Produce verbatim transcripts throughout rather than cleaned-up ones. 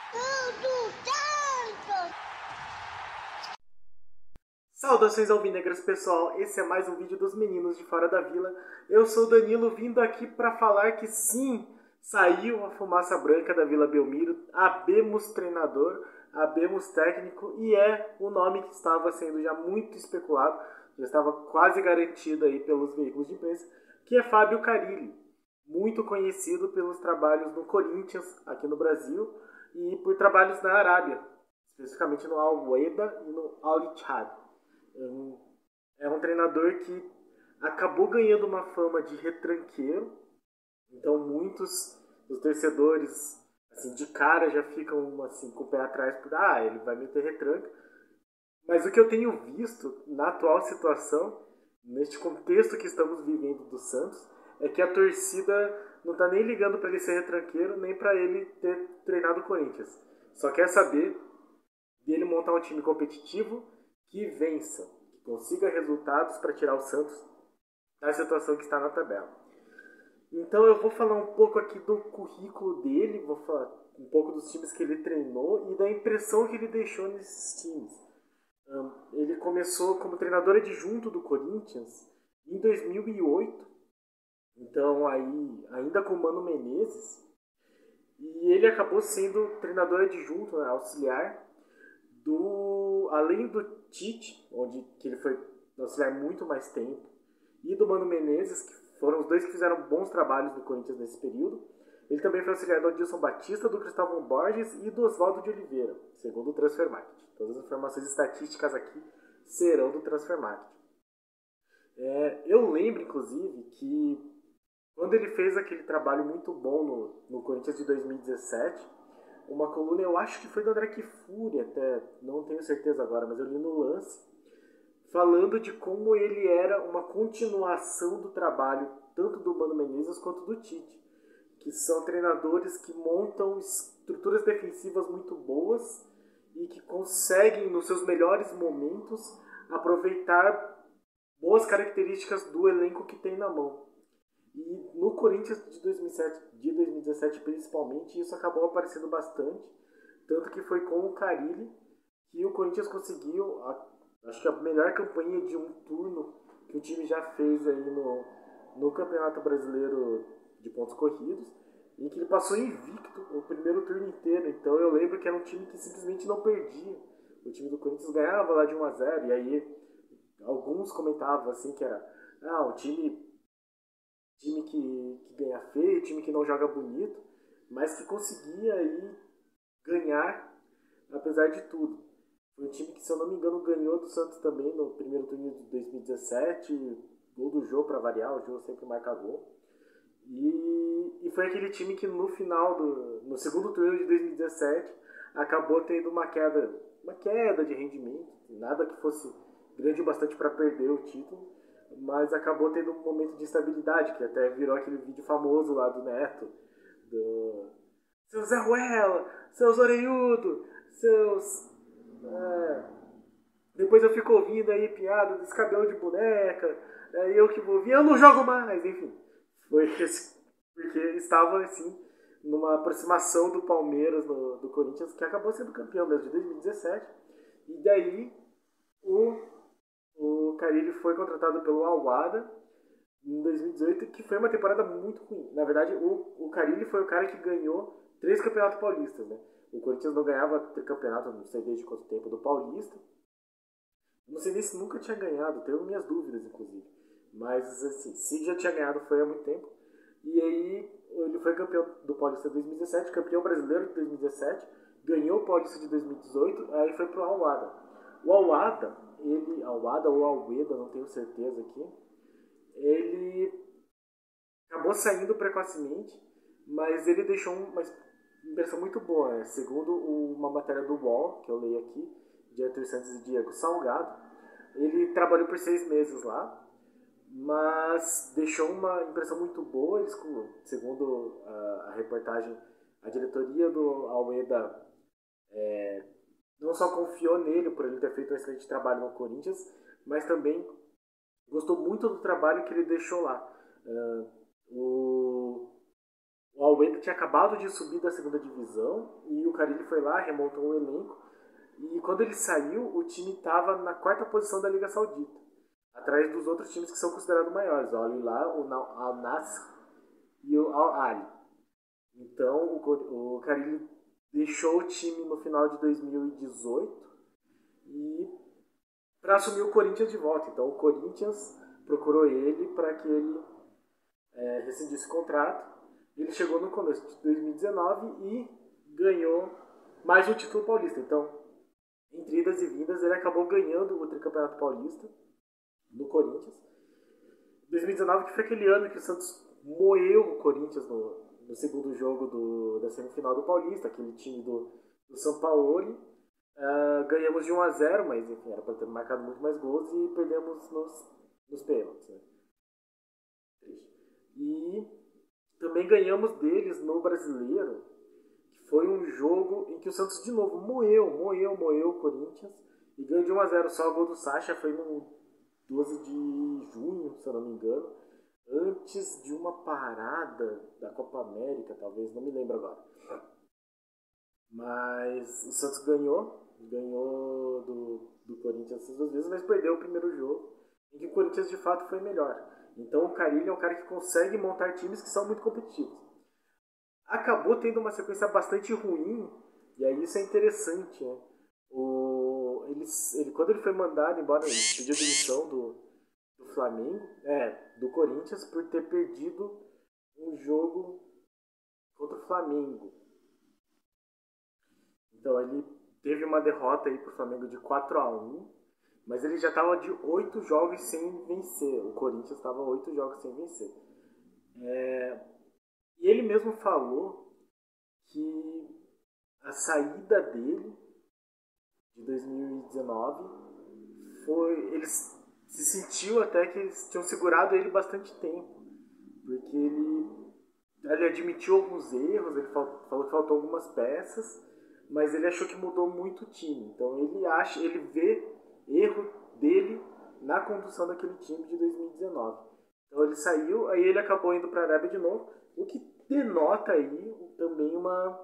Tudo Santos! Saudações alvinegras, pessoal! Esse é mais um vídeo dos meninos de fora da vila. Eu sou o Danilo, vindo aqui para falar que sim, saiu a fumaça branca da Vila Belmiro, habemos treinador, habemos técnico, e é o nome que estava sendo já muito especulado, já estava quase garantido aí pelos veículos de imprensa, que é Fábio Carille, muito conhecido pelos trabalhos no Corinthians, aqui no Brasil, e por trabalhos na Arábia, especificamente no Al-Wehda e no Al-Ittihad. É um treinador que acabou ganhando uma fama de retranqueiro, então muitos dos torcedores assim, de cara já ficam assim, com o pé atrás por ah, ele vai meter retranca. Mas o que eu tenho visto na atual situação, neste contexto que estamos vivendo do Santos, é que a torcida não está nem ligando para ele ser retranqueiro, nem para ele ter treinado o Corinthians. Só quer saber dele montar um time competitivo que vença, que consiga resultados para tirar o Santos da situação que está na tabela. Então eu vou falar um pouco aqui do currículo dele, vou falar um pouco dos times que ele treinou e da impressão que ele deixou nesses times. Ele começou como treinador adjunto do Corinthians em dois mil e oito, então aí ainda com o Mano Menezes, e ele acabou sendo treinador adjunto, né, auxiliar, do, além do Tite, onde que ele foi auxiliar muito mais tempo, e do Mano Menezes, que foram os dois que fizeram bons trabalhos no Corinthians nesse período. Ele também foi auxiliar do Adilson Batista, do Cristóvão Borges e do Oswaldo de Oliveira, segundo o Transfer Market. Todas as informações estatísticas aqui serão do Transfer Market. É, eu lembro, inclusive, que quando ele fez aquele trabalho muito bom no, no Corinthians de dois mil e dezessete, uma coluna, eu acho que foi do André Kfouri até, não tenho certeza agora, mas eu li no Lance, falando de como ele era uma continuação do trabalho tanto do Mano Menezes quanto do Tite, que são treinadores que montam estruturas defensivas muito boas e que conseguem, nos seus melhores momentos, aproveitar boas características do elenco que tem na mão. E no Corinthians de dois mil e sete, de dois mil e dezessete principalmente, isso acabou aparecendo bastante, tanto que foi com o Carille que o Corinthians conseguiu, a, acho que a melhor campanha de um turno que o time já fez aí no, no Campeonato Brasileiro de pontos corridos, em que ele passou invicto o primeiro turno inteiro. Então eu lembro que era um time que simplesmente não perdia. O time do Corinthians ganhava lá de um a zero, e aí alguns comentavam assim que era ah, o time time que, que ganha feio, time que não joga bonito, mas que conseguia aí ganhar apesar de tudo. Foi um time que, se eu não me engano, ganhou do Santos também no primeiro turno de dois mil e dezessete, gol do Jô para variar, o Jô sempre marca gol. E, e foi aquele time que no final, do, no segundo turno de dois mil e dezessete, acabou tendo uma queda, uma queda de rendimento, nada que fosse grande o bastante para perder o título, mas acabou tendo um momento de estabilidade, que até virou aquele vídeo famoso lá do Neto, do seu Zé Ruela, seus orelhudo, seus... É... Depois eu fico ouvindo aí piada desse cabelo de boneca, é, eu que vou ouvir, eu não jogo mais, enfim. Foi esse, porque estava assim, numa aproximação do Palmeiras, no, do Corinthians, que acabou sendo campeão mesmo de dois mil e dezessete, e daí o, o Carille foi contratado pelo Al-Wehda em dois mil e dezoito, que foi uma temporada muito ruim. Na verdade, o, o Carille foi o cara que ganhou três campeonatos paulistas, né? O Corinthians não ganhava campeonato, não sei desde quanto tempo, do Paulista. Não sei nem se nunca tinha ganhado, tenho minhas dúvidas, inclusive. Mas, assim, se já tinha ganhado foi há muito tempo. E aí, ele foi campeão do Paulista de dois mil e dezessete, campeão brasileiro de dois mil e dezessete, ganhou o Paulista de dois mil e dezoito, aí foi pro Al-Wehda. O Al-Wehda, ele, Al-Wehda ou Al-Wehda, não tenho certeza aqui, ele acabou saindo precocemente, mas ele deixou uma impressão muito boa, né? Segundo uma matéria do U O L, que eu leio aqui, de Arthur Santos e Diego Salgado, ele trabalhou por seis meses lá, mas deixou uma impressão muito boa. Eles, segundo a, a reportagem, a diretoria do Al-Wehda é, não só confiou nele por ele ter feito um excelente trabalho no Corinthians, mas também gostou muito do trabalho que ele deixou lá. Uh, o O Almeida tinha acabado de subir da segunda divisão e o Carille foi lá, remontou o elenco. E quando ele saiu, o time estava na quarta posição da Liga Saudita, atrás dos outros times que são considerados maiores, o Al-Hilal, o Al-Nassr e o Al-Ahly. Então o, o Carille deixou o time no final de dois mil e dezoito e para assumir o Corinthians de volta. Então o Corinthians procurou ele para que ele é, rescindisse o contrato. Ele chegou no começo de dois mil e dezenove e ganhou mais um título paulista. Então, entre idas e vindas, ele acabou ganhando o tricampeonato paulista no Corinthians. dois mil e dezenove, que foi aquele ano que o Santos moeu o Corinthians no, no segundo jogo do, da semifinal do Paulista, aquele time do, do Sampaoli. Uh, ganhamos de um a zero, mas enfim, era para ter marcado muito mais gols e perdemos nos, nos pênaltis. Né? E também ganhamos deles no Brasileiro, que foi um jogo em que o Santos de novo moeu, moeu, moeu o Corinthians e ganhou de um a zero. Só o gol do Sacha foi no doze de junho, se eu não me engano, antes de uma parada da Copa América, talvez, não me lembro agora. Mas o Santos ganhou, ganhou do, do Corinthians essas duas vezes, mas perdeu o primeiro jogo, em que o Corinthians de fato foi melhor. Então o Carille é um cara que consegue montar times que são muito competitivos. Acabou tendo uma sequência bastante ruim, e aí isso é interessante, né? O, ele, ele, quando ele foi mandado embora, ele pediu demissão do, do Flamengo, é, do Corinthians, por ter perdido um jogo contra o Flamengo. Então ele teve uma derrota aí pro Flamengo de quatro a um, mas ele já estava de oito jogos sem vencer. O Corinthians estava oito jogos sem vencer. É, e ele mesmo falou que a saída dele de dois mil e dezenove foi... Ele se sentiu até que eles tinham segurado ele bastante tempo. Porque ele, ele admitiu alguns erros, ele falou que faltou algumas peças, mas ele achou que mudou muito o time. Então ele acha, ele vê erro dele na condução daquele time de dois mil e dezenove. Então ele saiu, aí ele acabou indo para a Arábia de novo, o que denota aí também uma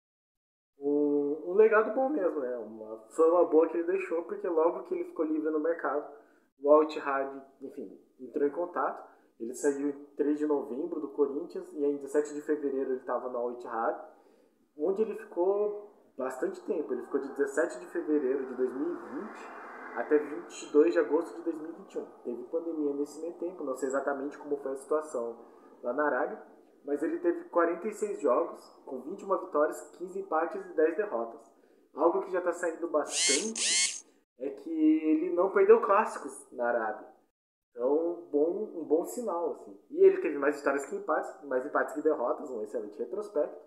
um, um legado bom mesmo, né? Uma fama boa que ele deixou, porque logo que ele ficou livre no mercado, o Al-Ittihad, enfim, entrou em contato. Ele saiu em três de novembro do Corinthians e em dezessete de fevereiro ele estava no Al-Ittihad, onde ele ficou bastante tempo. Ele ficou de dezessete de fevereiro de dois mil e vinte até vinte e dois de agosto de dois mil e vinte e um. Teve pandemia nesse meio tempo, não sei exatamente como foi a situação lá na Arábia, mas ele teve quarenta e seis jogos, com vinte e uma vitórias, quinze empates e dez derrotas. Algo que já está saindo bastante é que ele não perdeu clássicos na Arábia. Então, bom, um bom sinal. Assim. E ele teve mais vitórias que empates, mais empates que derrotas, um excelente retrospecto.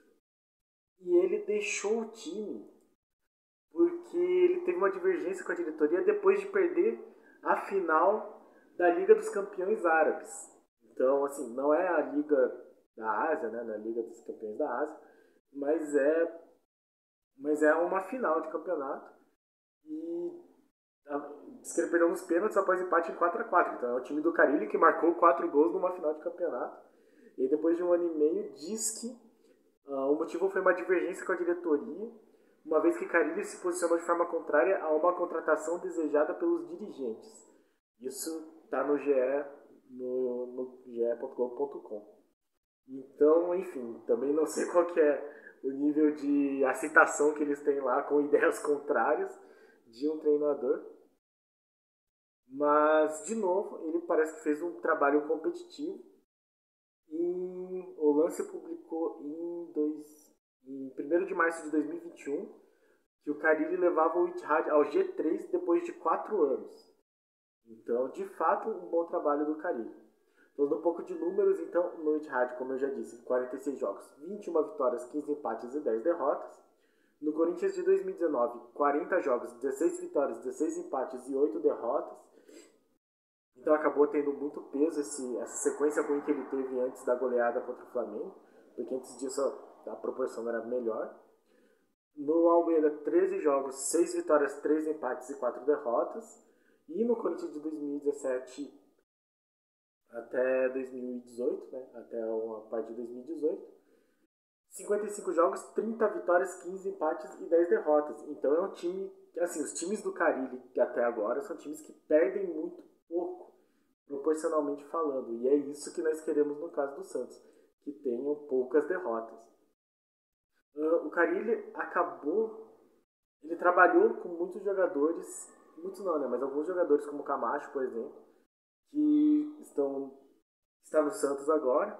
E ele deixou o time porque ele teve uma divergência com a diretoria depois de perder a final da Liga dos Campeões Árabes. Então, assim, não é a Liga da Ásia, né, na Liga dos Campeões da Ásia, mas é, mas é uma final de campeonato. E diz que ele perdeu nos pênaltis após empate em quatro a quatro. Então é o time do Carille que marcou quatro gols numa final de campeonato. E depois de um ano e meio diz que uh, o motivo foi uma divergência com a diretoria, uma vez que Carille se posicionou de forma contrária a uma contratação desejada pelos dirigentes. Isso está no G E, no, no G E ponto globo ponto com. Então, enfim, também não sei qual que é o nível de aceitação que eles têm lá com ideias contrárias de um treinador. Mas, de novo, ele parece que fez um trabalho competitivo. E o Lance publicou em, dois, em primeiro de março de dois mil e vinte e um que o Carille levava o Ittihad ao G três depois de quatro anos. Então, de fato, um bom trabalho do Carille. Falando um pouco de números, então, no Ittihad, como eu já disse, quarenta e seis jogos, vinte e uma vitórias, quinze empates e dez derrotas. No Corinthians de dois mil e dezenove, quarenta jogos, dezesseis vitórias, dezesseis empates e oito derrotas. Então acabou tendo muito peso esse, essa sequência ruim que ele teve antes da goleada contra o Flamengo, porque antes disso a proporção era melhor. No Almeida, treze jogos, seis vitórias, três empates e quatro derrotas. E no Corinthians de dois mil e dezessete, até dois mil e dezoito, né? Até uma parte de dois mil e dezoito. cinquenta e cinco jogos, trinta vitórias, quinze empates e dez derrotas. Então é um time, assim, os times do Carille até agora são times que perdem muito pouco, proporcionalmente falando. E é isso que nós queremos no caso do Santos, que tenham poucas derrotas. Uh, o Carille acabou, ele trabalhou com muitos jogadores, muitos não, né, mas alguns jogadores como o Camacho, por exemplo, que estão está no Santos agora.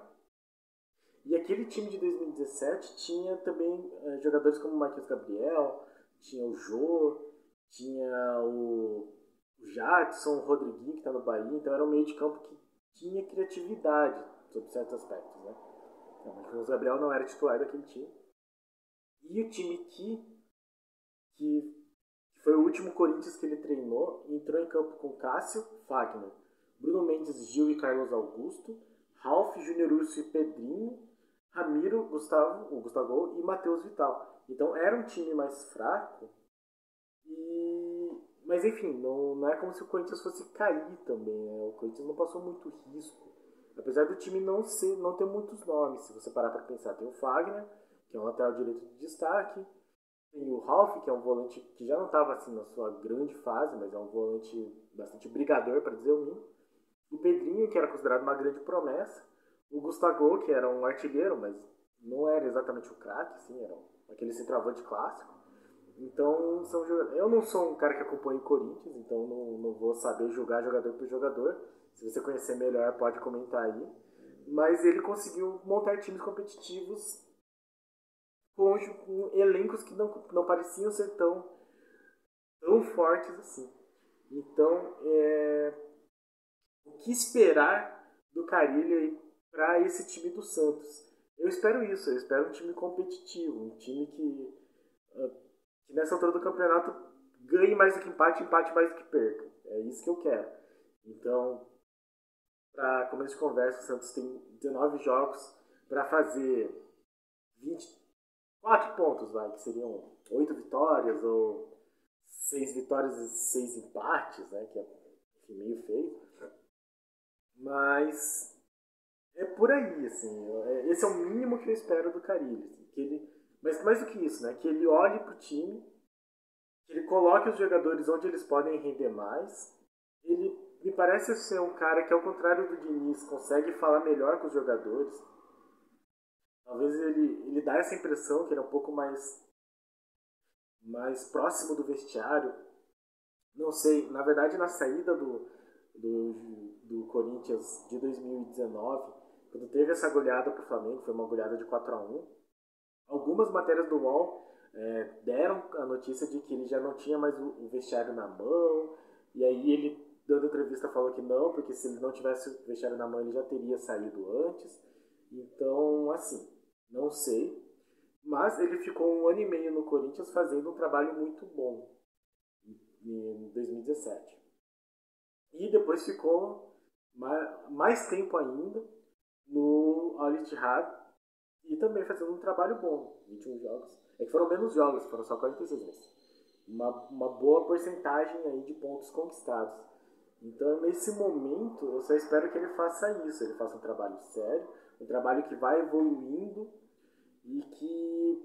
E aquele time de dois mil e dezessete tinha também eh, jogadores como o Marquinhos Gabriel, tinha o Jô, tinha o, o Jadson, o Rodriguinho que está no Bahia, então era um meio de campo que tinha criatividade sob certos aspectos, né? Então, o Marquinhos Gabriel não era titular daquele time. E o time que, que foi o último Corinthians que ele treinou, entrou em campo com Cássio, Fagner, Bruno Mendes, Gil e Carlos Augusto, Ralf, Júnior Urso e Pedrinho, Ramiro, Gustavo, o Gustavo e Matheus Vital. Então era um time mais fraco, e... mas enfim, não, não é como se o Corinthians fosse cair também, né? O Corinthians não passou muito risco. Apesar do time não, ser, não ter muitos nomes, se você parar para pensar. Tem o Fagner, que é um lateral direito de destaque, tem o Ralf, que é um volante que já não estava assim na sua grande fase, mas é um volante bastante brigador, para dizer o mínimo. O Pedrinho, que era considerado uma grande promessa. O Gustavo, que era um artilheiro, mas não era exatamente o craque, assim, era aquele centroavante clássico. Então, são jogadores. Eu não sou um cara que acompanha o Corinthians, então não, não vou saber julgar jogador por jogador. Se você conhecer melhor, pode comentar aí. Mas ele conseguiu montar times competitivos com, com elencos que não, não pareciam ser tão, tão fortes assim. Então, é, o que esperar do Carille para esse time do Santos? Eu espero isso, eu espero um time competitivo, um time que, que nessa altura do campeonato ganhe mais do que empate, empate mais do que perca. É isso que eu quero. Então, para começo de conversa, o Santos tem dezenove jogos para fazer vinte e quatro pontos, vai, que seriam oito vitórias ou seis vitórias e seis empates, né, que é meio feio. Mas é por aí, assim. Esse é o mínimo que eu espero do Carille. Assim, que ele, mas mais do que isso, né? Que ele olhe pro time, que ele coloque os jogadores onde eles podem render mais. Ele me parece ser um cara que, ao contrário do Diniz, consegue falar melhor com os jogadores. Talvez ele, ele dá essa impressão que ele é um pouco mais, mais próximo do vestiário. Não sei, na verdade, na saída do, do, do Corinthians de dois mil e dezenove, quando teve essa goleada para o Flamengo, foi uma goleada de quatro a um, algumas matérias do U O L é, deram a notícia de que ele já não tinha mais o vestiário na mão, e aí ele, dando entrevista, falou que não, porque se ele não tivesse o vestiário na mão, ele já teria saído antes. Então, assim, não sei. Mas ele ficou um ano e meio no Corinthians fazendo um trabalho muito bom em dois mil e dezessete. E depois ficou mais tempo ainda no Al Ittihad e também fazendo um trabalho bom, vinte e um jogos. É que foram menos jogos, foram só quarenta e seis meses. Uma, uma boa porcentagem aí de pontos conquistados. Então, nesse momento, eu só espero que ele faça isso. Ele faça um trabalho sério, um trabalho que vai evoluindo e que,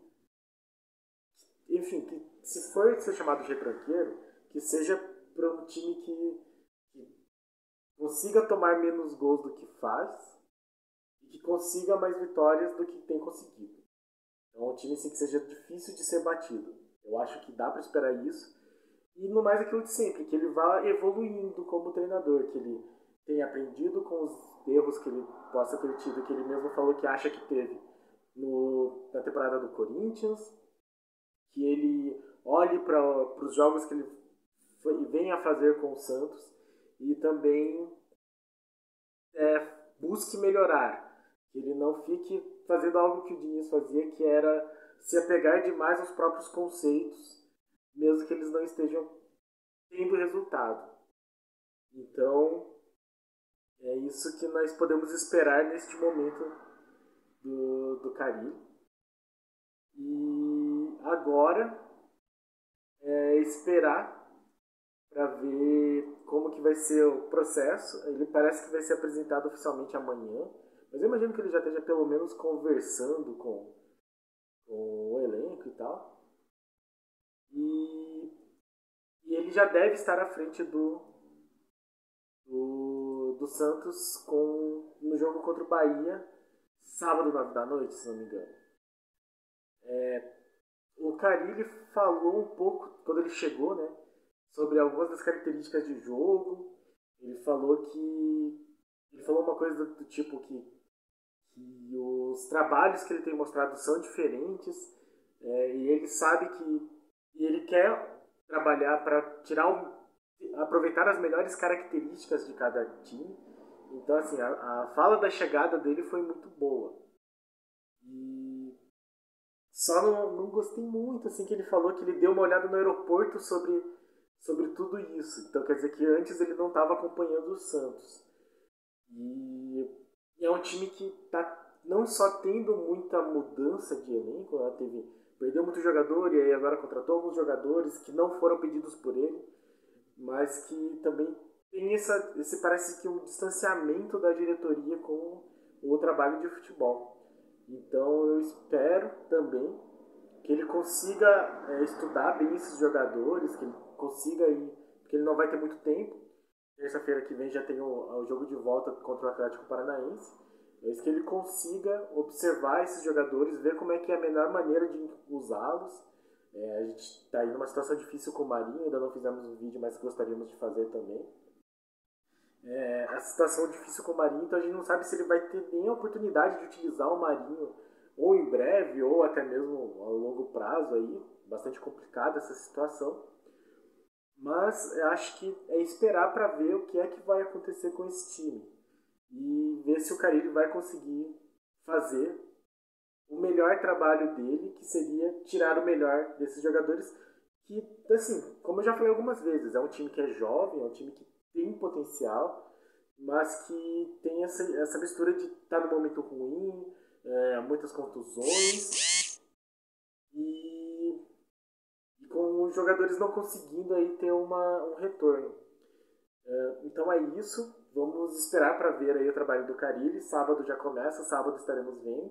enfim, que se for ser chamado de retranqueiro, que seja para um time que, que consiga tomar menos gols do que faz e que consiga mais vitórias do que tem conseguido. Então, um time assim, que seja difícil de ser batido. Eu acho que dá para esperar isso. E no mais aquilo de sempre, que ele vá evoluindo como treinador, que ele tenha aprendido com os erros que ele possa ter tido, que ele mesmo falou que acha que teve no, na temporada do Corinthians, que ele olhe para os jogos que ele foi, vem a fazer com o Santos e também é, busque melhorar, que ele não fique fazendo algo que o Diniz fazia, que era se apegar demais aos próprios conceitos, mesmo que eles não estejam tendo resultado. Então, é isso que nós podemos esperar neste momento do, do Carille. E agora é esperar para ver como que vai ser o processo. Ele parece que vai ser apresentado oficialmente amanhã, mas eu imagino que ele já esteja pelo menos conversando com, com o elenco e tal. E, e ele já deve estar à frente do, do, do Santos com, no jogo contra o Bahia, sábado, nove da noite, se não me engano. É, o Carille falou um pouco, quando ele chegou, né, sobre algumas das características de jogo. Ele falou que... Ele falou uma coisa do, do tipo que, que os trabalhos que ele tem mostrado são diferentes, é, e ele sabe que... E ele quer trabalhar para tirar o, aproveitar as melhores características de cada time. Então, assim, a, a fala da chegada dele foi muito boa. E só não, não gostei muito, assim, que ele falou que ele deu uma olhada no aeroporto sobre, sobre tudo isso. Então quer dizer que antes ele não estava acompanhando o Santos. E, e é um time que está não só tendo muita mudança de elenco, né? Teve, perdeu muito jogador e aí agora contratou alguns jogadores que não foram pedidos por ele, mas que também tem essa, esse parece que um distanciamento da diretoria com o trabalho de futebol. Então eu espero também que ele consiga é, estudar bem esses jogadores, que ele consiga ir, porque ele não vai ter muito tempo. Terça-feira que vem já tem o, o jogo de volta contra o Atlético Paranaense. Mas que ele consiga observar esses jogadores, ver como é que é a melhor maneira de usá-los. É, a gente está aí numa situação difícil com o Marinho, ainda não fizemos um vídeo, mas gostaríamos de fazer também. É, a situação difícil com o Marinho, então a gente não sabe se ele vai ter nem a oportunidade de utilizar o Marinho ou em breve, ou até mesmo a longo prazo aí. Bastante complicada essa situação. Mas eu acho que é esperar para ver o que é que vai acontecer com esse time. E ver se o Carille vai conseguir fazer o melhor trabalho dele, que seria tirar o melhor desses jogadores. Que, assim, como eu já falei algumas vezes, é um time que é jovem, é um time que tem potencial, mas que tem essa, essa mistura de estar tá no momento ruim, é, muitas contusões, e, e com os jogadores não conseguindo aí ter uma, um retorno. É, então é isso, vamos esperar para ver aí o trabalho do Carille. Sábado já começa, sábado estaremos vendo.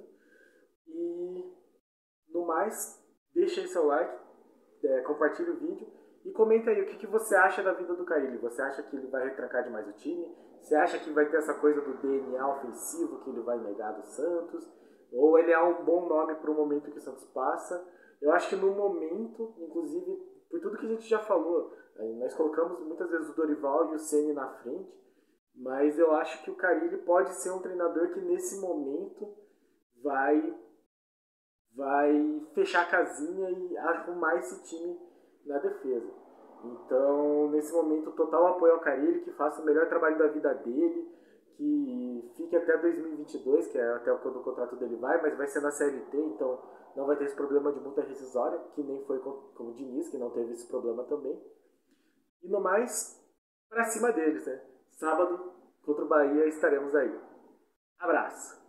E no mais, deixa aí seu like, é, compartilhe o vídeo e comenta aí o que, que você acha da vida do Carille. Você acha que ele vai retrancar demais o time? Você acha que vai ter essa coisa do D N A ofensivo que ele vai negar do Santos? Ou ele é um bom nome para o momento que o Santos passa? Eu acho que no momento, inclusive, por tudo que a gente já falou, nós colocamos muitas vezes o Dorival e o Ceni na frente, mas eu acho que o Carille pode ser um treinador que nesse momento vai vai fechar a casinha e arrumar esse time na defesa. Então, nesse momento, total apoio ao Carille, que faça o melhor trabalho da vida dele, que fique até dois mil e vinte e dois, que é até quando o contrato dele vai, mas vai ser na C L T, então não vai ter esse problema de multa rescisória, que nem foi com, com o Diniz, que não teve esse problema também. E no mais, pra cima deles, né? Sábado, contra o Bahia, estaremos aí. Abraço!